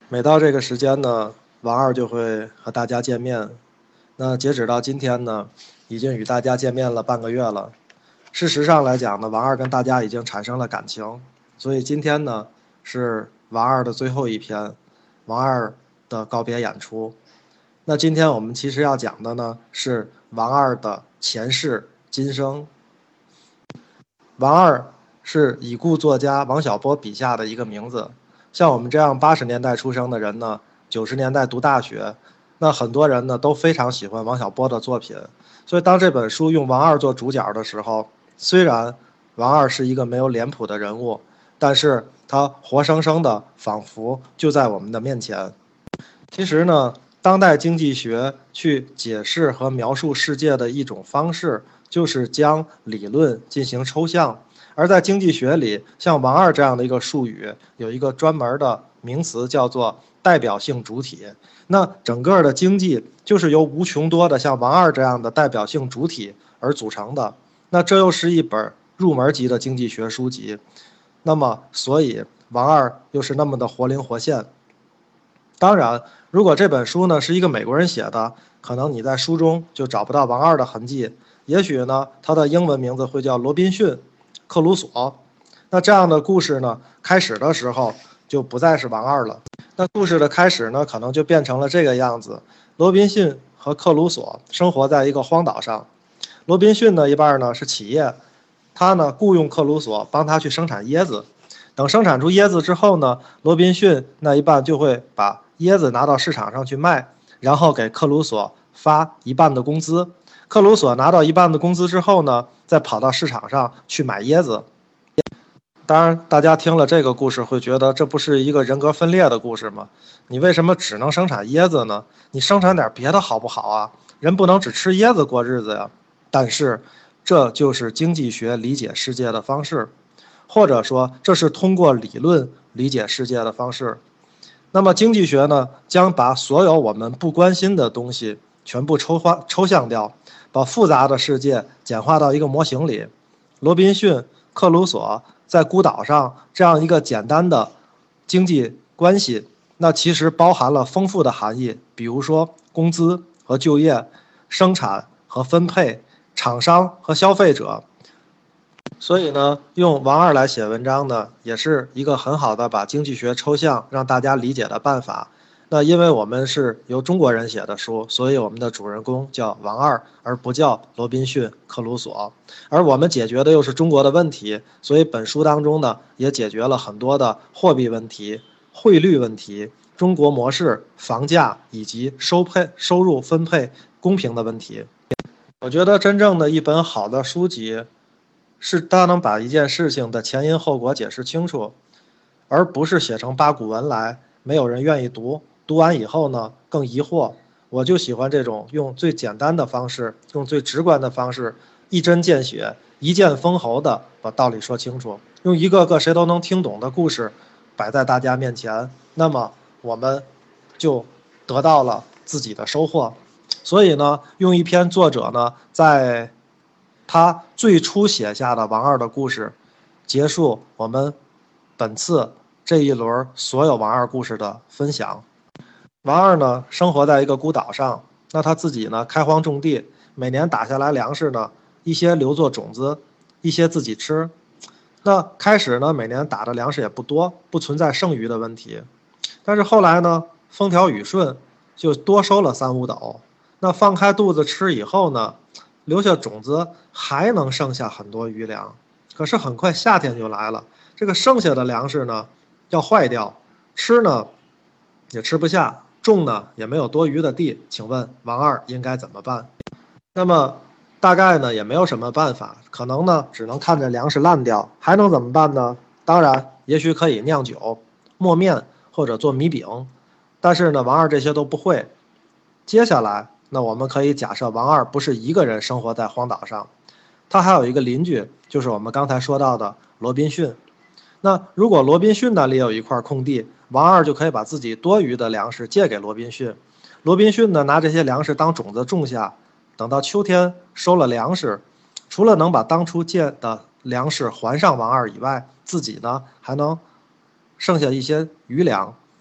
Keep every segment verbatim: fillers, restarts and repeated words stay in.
每到这个时间呢，王二就会和大家见面。那截止到今天呢，已经与大家见面了半个月了。事实上来讲呢，王二跟大家已经产生了感情，所以今天呢是王二的最后一篇，王二的告别演出。那今天我们其实要讲的呢是王二的前世今生。王二是已故作家王小波笔下的一个名字。像我们这样八十年代出生的人呢，九十年代读大学，那很多人呢都非常喜欢王小波的作品。所以当这本书用王二做主角的时候，虽然王二是一个没有脸谱的人物，但是他活生生的仿佛就在我们的面前。其实呢，当代经济学去解释和描述世界的一种方式，就是将理论进行抽象。而在经济学里，像王二这样的一个术语，有一个专门的名词叫做代表性主体。那整个的经济就是由无穷多的像王二这样的代表性主体而组成的。那这又是一本入门级的经济学书籍。那么，所以王二又是那么的活灵活现。当然，如果这本书呢是一个美国人写的，可能你在书中就找不到王二的痕迹。也许呢，他的英文名字会叫罗宾逊·克鲁索。那这样的故事呢，开始的时候就不再是王二了。那故事的开始呢，可能就变成了这个样子：罗宾逊和克鲁索生活在一个荒岛上。罗宾逊呢一半呢是企业，他呢雇佣克鲁索帮他去生产椰子。等生产出椰子之后呢，罗宾逊那一半就会把椰子拿到市场上去卖，然后给克鲁索发一半的工资。克鲁索拿到一半的工资之后呢，再跑到市场上去买椰子。当然，大家听了这个故事会觉得这不是一个人格分裂的故事吗？你为什么只能生产椰子呢？你生产点别的好不好啊？人不能只吃椰子过日子呀。但是，这就是经济学理解世界的方式，或者说，这是通过理论理解世界的方式。那么经济学呢，将把所有我们不关心的东西全部抽化抽象掉，把复杂的世界简化到一个模型里。罗宾逊、克鲁索在孤岛上这样一个简单的经济关系，那其实包含了丰富的含义，比如说工资和就业、生产和分配、厂商和消费者。所以呢，用王二来写文章呢，也是一个很好的把经济学抽象让大家理解的办法。那因为我们是由中国人写的书，所以我们的主人公叫王二，而不叫罗宾逊·克鲁索。而我们解决的又是中国的问题，所以本书当中呢，也解决了很多的货币问题、汇率问题、中国模式、房价以及收配、收入分配公平的问题。我觉得真正的一本好的书籍，是他能把一件事情的前因后果解释清楚，而不是写成八股文来，没有人愿意读。读完以后呢，更疑惑。我就喜欢这种用最简单的方式，用最直观的方式，一针见血、一剑封喉的把道理说清楚，用一个个谁都能听懂的故事摆在大家面前，那么我们就得到了自己的收获。所以呢，用一篇作者呢在他最初写下的王二的故事，结束我们本次这一轮所有王二故事的分享。王二呢，生活在一个孤岛上，那他自己呢开荒种地，每年打下来粮食呢，一些留作种子，一些自己吃。那开始呢，每年打的粮食也不多，不存在剩余的问题。但是后来呢，风调雨顺，就多收了三五斗。那放开肚子吃以后呢，留下种子还能剩下很多余粮。可是很快夏天就来了，这个剩下的粮食呢要坏掉，吃呢也吃不下，种呢也没有多余的地。请问王二应该怎么办？那么大概呢也没有什么办法，可能呢只能看着粮食烂掉，还能怎么办呢？当然，也许可以酿酒、磨面或者做米饼，但是呢王二这些都不会。接下来，那我们可以假设王二不是一个人生活在荒岛上，他还有一个邻居，就是我们刚才说到的罗宾逊。那如果罗宾逊那里有一块空地，王二就可以把自己多余的粮食借给罗宾逊。罗宾逊呢，拿这些粮食当种子种下，等到秋天收了粮食，除了能把当初借的粮食还上王二以外，自己呢还能剩下一些余粮。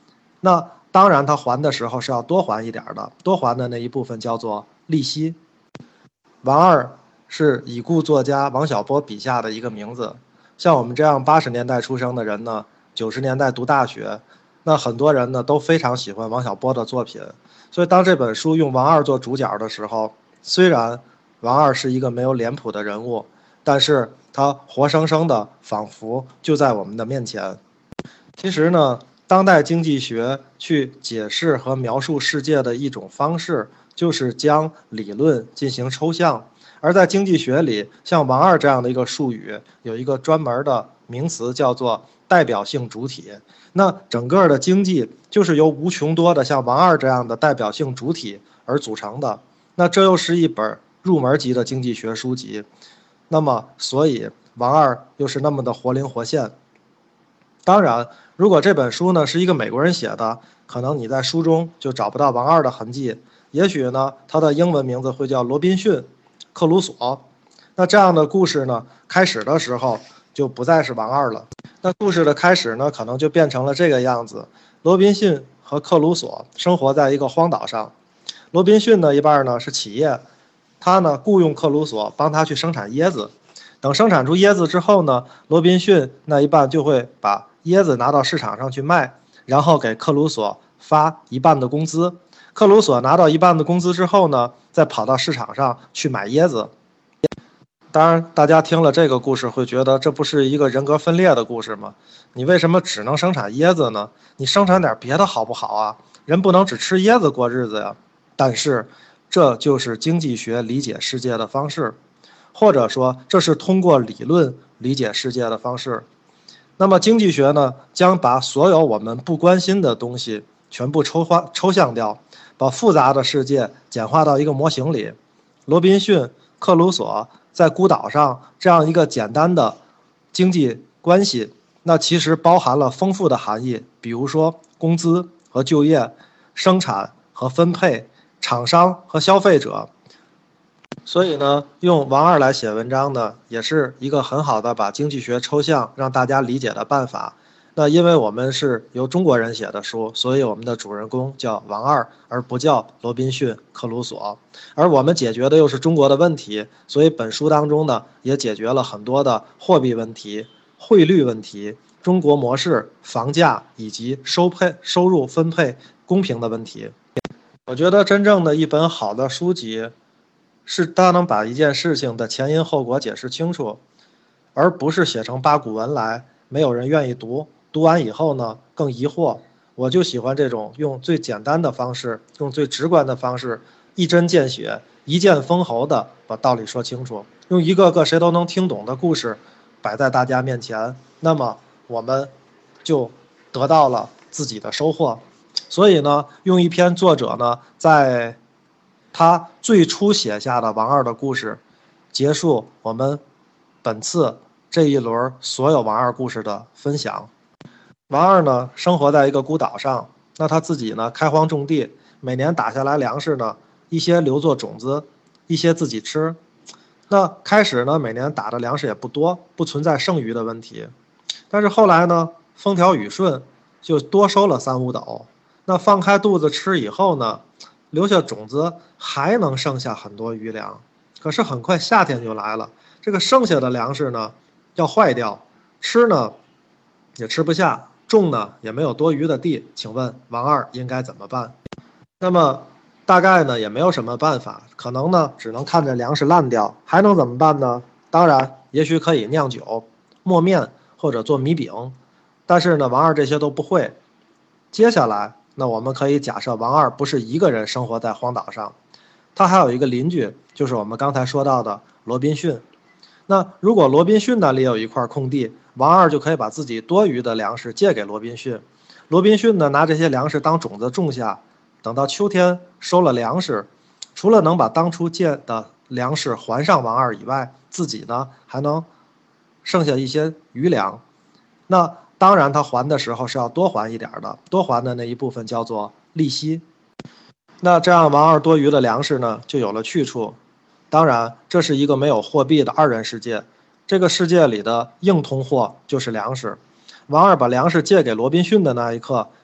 那当然他还的时候是要多还一点的，多还的那一部分叫做利息。王二是已故作家王小波笔下的一个名字，像我们这样八十年代出生的人呢，九十年代读大学，那很多人呢都非常喜欢王小波的作品，所以当这本书用王二做主角的时候，虽然王二是一个没有脸谱的人物，但是他活生生的仿佛就在我们的面前。其实呢，当代经济学去解释和描述世界的一种方式，就是将理论进行抽象。而在经济学里，像王二这样的一个术语，有一个专门的名词叫做代表性主体。那整个的经济就是由无穷多的像王二这样的代表性主体而组成的。那这又是一本入门级的经济学书籍。那么，所以王二又是那么的活灵活现。当然，如果这本书呢是一个美国人写的，可能你在书中就找不到王二的痕迹。也许呢，他的英文名字会叫罗宾逊·克鲁索。那这样的故事呢，开始的时候就不再是王二了。那故事的开始呢，可能就变成了这个样子：罗宾逊和克鲁索生活在一个荒岛上。罗宾逊呢一半呢是企业，他呢雇佣克鲁索帮他去生产椰子。等生产出椰子之后呢，罗宾逊那一半就会把椰子拿到市场上去卖，然后给克鲁索发一半的工资。克鲁索拿到一半的工资之后呢，再跑到市场上去买椰子。当然，大家听了这个故事会觉得这不是一个人格分裂的故事吗？你为什么只能生产椰子呢？你生产点别的好不好啊？人不能只吃椰子过日子呀。但是，这就是经济学理解世界的方式，或者说，这是通过理论理解世界的方式。那么，经济学呢，将把所有我们不关心的东西全部抽化抽象掉，把复杂的世界简化到一个模型里。罗宾逊、克鲁索在孤岛上这样一个简单的经济关系，那其实包含了丰富的含义，比如说工资和就业、生产和分配、厂商和消费者。所以呢，用王二来写文章呢，也是一个很好的把经济学抽象让大家理解的办法。那因为我们是由中国人写的书，所以我们的主人公叫王二，而不叫罗宾逊·克鲁索。而我们解决的又是中国的问题，所以本书当中呢，也解决了很多的货币问题、汇率问题、中国模式、房价以及收配、收入分配公平的问题。我觉得真正的一本好的书籍，是它能把一件事情的前因后果解释清楚，而不是写成八股文来，没有人愿意读。读完以后呢，更疑惑。我就喜欢这种用最简单的方式，用最直观的方式，一针见血、一剑封喉的把道理说清楚，用一个个谁都能听懂的故事摆在大家面前，那么我们就得到了自己的收获。所以呢，用一篇作者呢在他最初写下的王二的故事，结束我们本次这一轮所有王二故事的分享。王二呢，生活在一个孤岛上，那他自己呢开荒种地，每年打下来粮食呢，一些留作种子，一些自己吃。那开始呢，每年打的粮食也不多，不存在剩余的问题。但是后来呢，风调雨顺，就多收了三五斗。那放开肚子吃以后呢，留下种子还能剩下很多余粮。可是很快夏天就来了，这个剩下的粮食呢要坏掉，吃呢也吃不下，种呢也没有多余的地，请问王二应该怎么办？那么大概呢也没有什么办法，可能呢只能看着粮食烂掉，还能怎么办呢？当然，也许可以酿酒、磨面或者做米饼，但是呢王二这些都不会。接下来，那我们可以假设王二不是一个人生活在荒岛上，他还有一个邻居，就是我们刚才说到的罗宾逊。那如果罗宾逊那里有一块空地，王二就可以把自己多余的粮食借给罗宾逊，罗宾逊呢拿这些粮食当种子种下，等到秋天收了粮食，除了能把当初借的粮食还上王二以外，自己呢还能剩下一些余粮。那当然他还的时候是要多还一点的，多还的那一部分叫做利息。那这样王二多余的粮食呢就有了去处。当然，这是一个没有货币的二元世界，这个世界里的硬通货就是粮食。王二把粮食借给罗宾逊的那一刻，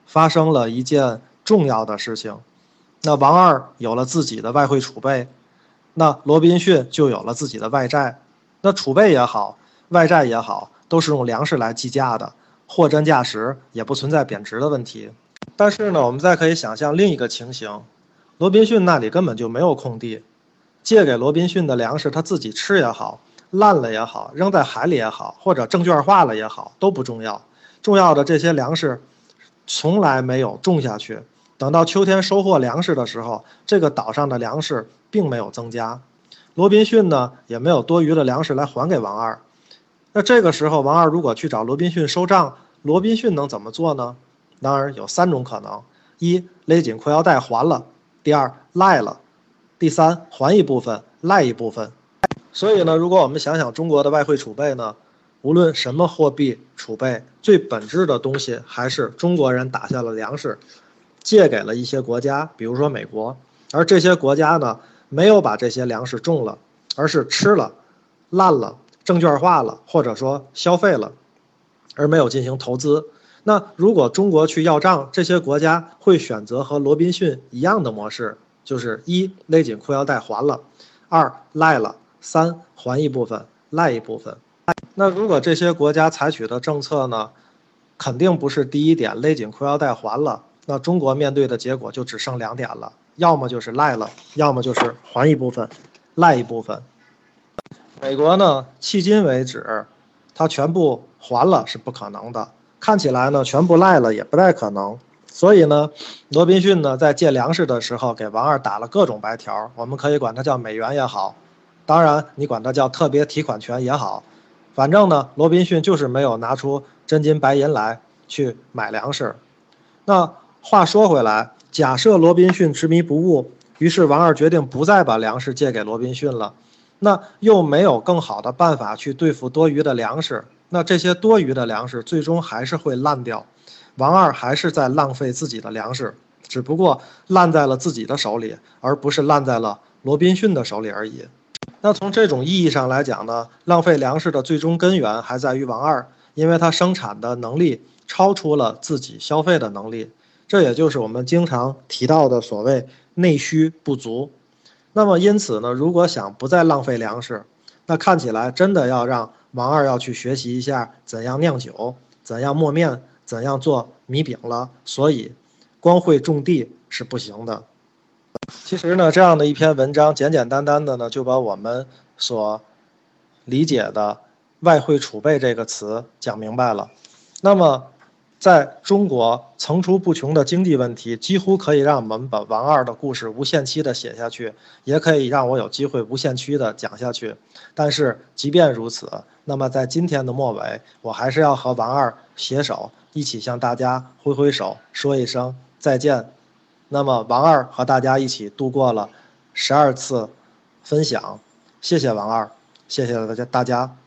发生了一件重要的事情。那王二有了自己的外汇储备，那罗宾逊就有了自己的外债。那储备也好，外债也好，都是用粮食来计价的，货真价实，也不存在贬值的问题。但是呢，我们再可以想象另一个情形，罗宾逊那里根本就没有空地，借给罗宾逊的粮食他自己吃也好，烂了也好，扔在海里也好，或者证券化了也好，都不重要。重要的这些粮食从来没有种下去，等到秋天收获粮食的时候，这个岛上的粮食并没有增加，罗宾逊呢也没有多余的粮食来还给王二。那这个时候王二如果去找罗宾逊收账，罗宾逊能怎么做呢？当然有三种可能：一，勒紧裤腰带还了；第二，赖了；第三，还一部分，赖一部分。所以呢，如果我们想想中国的外汇储备呢，无论什么货币储备，最本质的东西还是中国人打下了粮食，借给了一些国家，比如说美国，而这些国家呢，没有把这些粮食种了，而是吃了、烂了、证券化了，或者说消费了，而没有进行投资。那如果中国去要账，这些国家会选择和罗宾逊一样的模式，就是一，勒紧裤腰带还了；二，赖了；三，还一部分，赖一部分。那如果这些国家采取的政策呢，肯定不是第一点勒紧裤腰带还了，那中国面对的结果就只剩两点了，要么就是赖了，要么就是还一部分，赖一部分。美国呢，迄今为止，它全部还了是不可能的，看起来呢，全部赖了也不太可能。所以呢，罗宾逊呢在借粮食的时候给王二打了各种白条，我们可以管它叫美元也好，当然你管它叫特别提款权也好，反正呢，罗宾逊就是没有拿出真金白银来去买粮食。那话说回来，假设罗宾逊执迷不悟，于是王二决定不再把粮食借给罗宾逊了，那又没有更好的办法去对付多余的粮食，那这些多余的粮食最终还是会烂掉，王二还是在浪费自己的粮食，只不过烂在了自己的手里，而不是烂在了罗宾逊的手里而已。那从这种意义上来讲呢，浪费粮食的最终根源还在于王二，因为他生产的能力超出了自己消费的能力，这也就是我们经常提到的所谓内需不足。那么因此呢，如果想不再浪费粮食，那看起来真的要让王二要去学习一下怎样酿酒，怎样磨面，怎样做米饼了。所以光会种地是不行的。其实呢，这样的一篇文章简简单单的呢，就把我们所理解的外汇储备这个词讲明白了。那么在中国层出不穷的经济问题，几乎可以让我们把王二的故事无限期的写下去，也可以让我有机会无限期的讲下去。但是即便如此，那么在今天的末尾，我还是要和王二携手一起向大家挥挥手，说一声再见。那么王二和大家一起度过了十二次分享，谢谢王二，谢谢大家大家。